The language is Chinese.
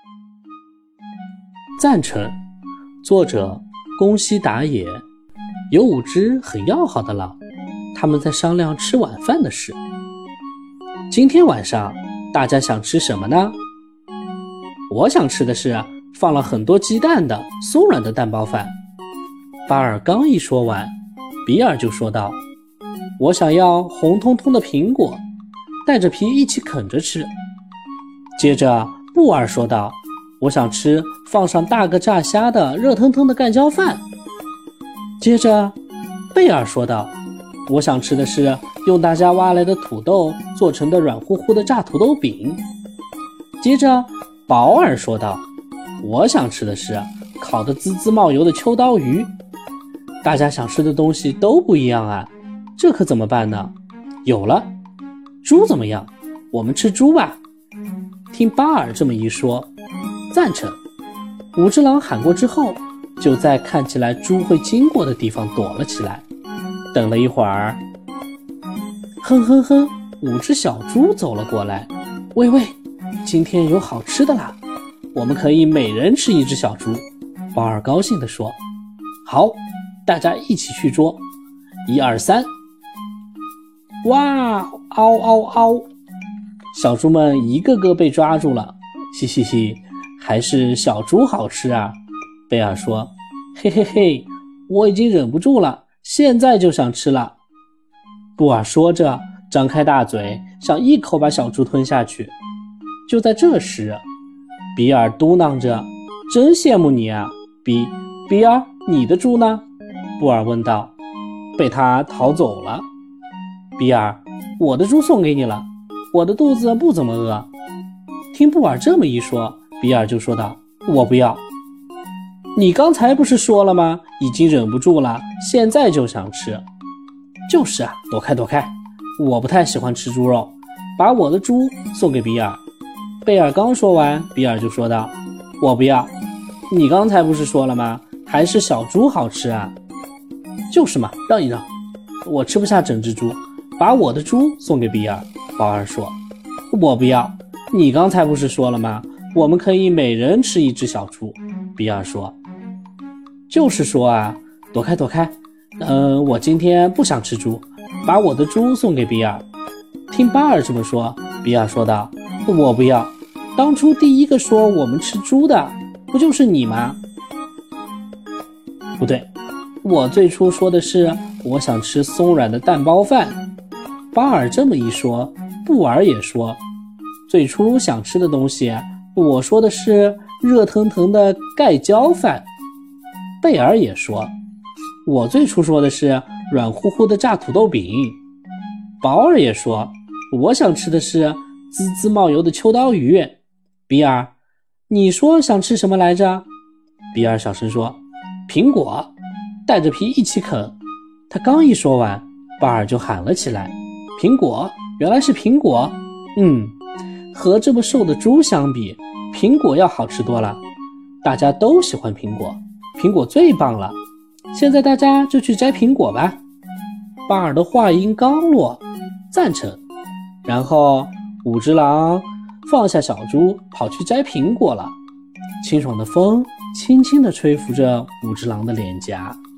赞成，作者宫西达也。有5只很要好的狼，他们在商量吃晚饭的事。今天晚上大家想吃什么呢？我想吃的是放了很多鸡蛋的松软的蛋包饭。巴尔刚一说完，比尔就说道，我想要红彤彤的苹果，带着皮一起啃着吃。接着布尔说道，我想吃放上大个炸虾的热腾腾的盖浇饭。接着贝尔说道，我想吃的是用大家挖来的土豆做成的软乎乎的炸土豆饼。接着保尔说道，我想吃的是烤得滋滋冒油的秋刀鱼。大家想吃的东西都不一样啊，这可怎么办呢？有了，猪怎么样？我们吃猪吧。听巴尔这么一说，赞成。5只狼喊过之后，就在看起来猪会经过的地方躲了起来。等了一会儿，哼哼哼，5只小猪走了过来。喂喂，今天有好吃的啦，我们可以每人吃1只小猪。保尔高兴地说，好，大家一起去捉。1、2、3。哇，嗷嗷嗷，小猪们一个个被抓住了。嘻嘻嘻，还是小猪好吃啊。贝尔说，嘿嘿嘿，我已经忍不住了，现在就想吃了。布尔说着张开大嘴，想一口把小猪吞下去。就在这时，比尔嘟囔着，真羡慕你啊，比尔，你的猪呢？布尔问道。被他逃走了。比尔，我的猪送给你了，我的肚子不怎么饿。听布尔这么一说，比尔就说道，我不要。你刚才不是说了吗？已经忍不住了，现在就想吃。就是啊，躲开躲开，我不太喜欢吃猪肉，把我的猪送给比尔。贝尔刚说完，比尔就说道，我不要。你刚才不是说了吗？还是小猪好吃啊。就是嘛，让一让，我吃不下整只猪，把我的猪送给比尔。保尔说，我不要。你刚才不是说了吗？我们可以每人吃1只小猪。比尔说，就是说啊，躲开躲开，我今天不想吃猪，把我的猪送给比尔。听巴尔这么说，比尔说道，我不要，当初第一个说我们吃猪的不就是你吗？不对，我最初说的是我想吃松软的蛋包饭。巴尔这么一说，布尔也说，最初想吃的东西，我说的是热腾腾的盖浇饭。贝尔也说，我最初说的是软乎乎的炸土豆饼。保尔也说，我想吃的是滋滋冒油的秋刀鱼。比尔，你说想吃什么来着？比尔小声说，苹果，带着皮一起啃。他刚一说完，巴尔就喊了起来，苹果，原来是苹果。和这么瘦的猪相比，苹果要好吃多了。大家都喜欢苹果，苹果最棒了。现在大家就去摘苹果吧。巴尔的话音刚落，赞成。然后5只狼放下小猪，跑去摘苹果了。清爽的风轻轻地吹拂着5只狼的脸颊。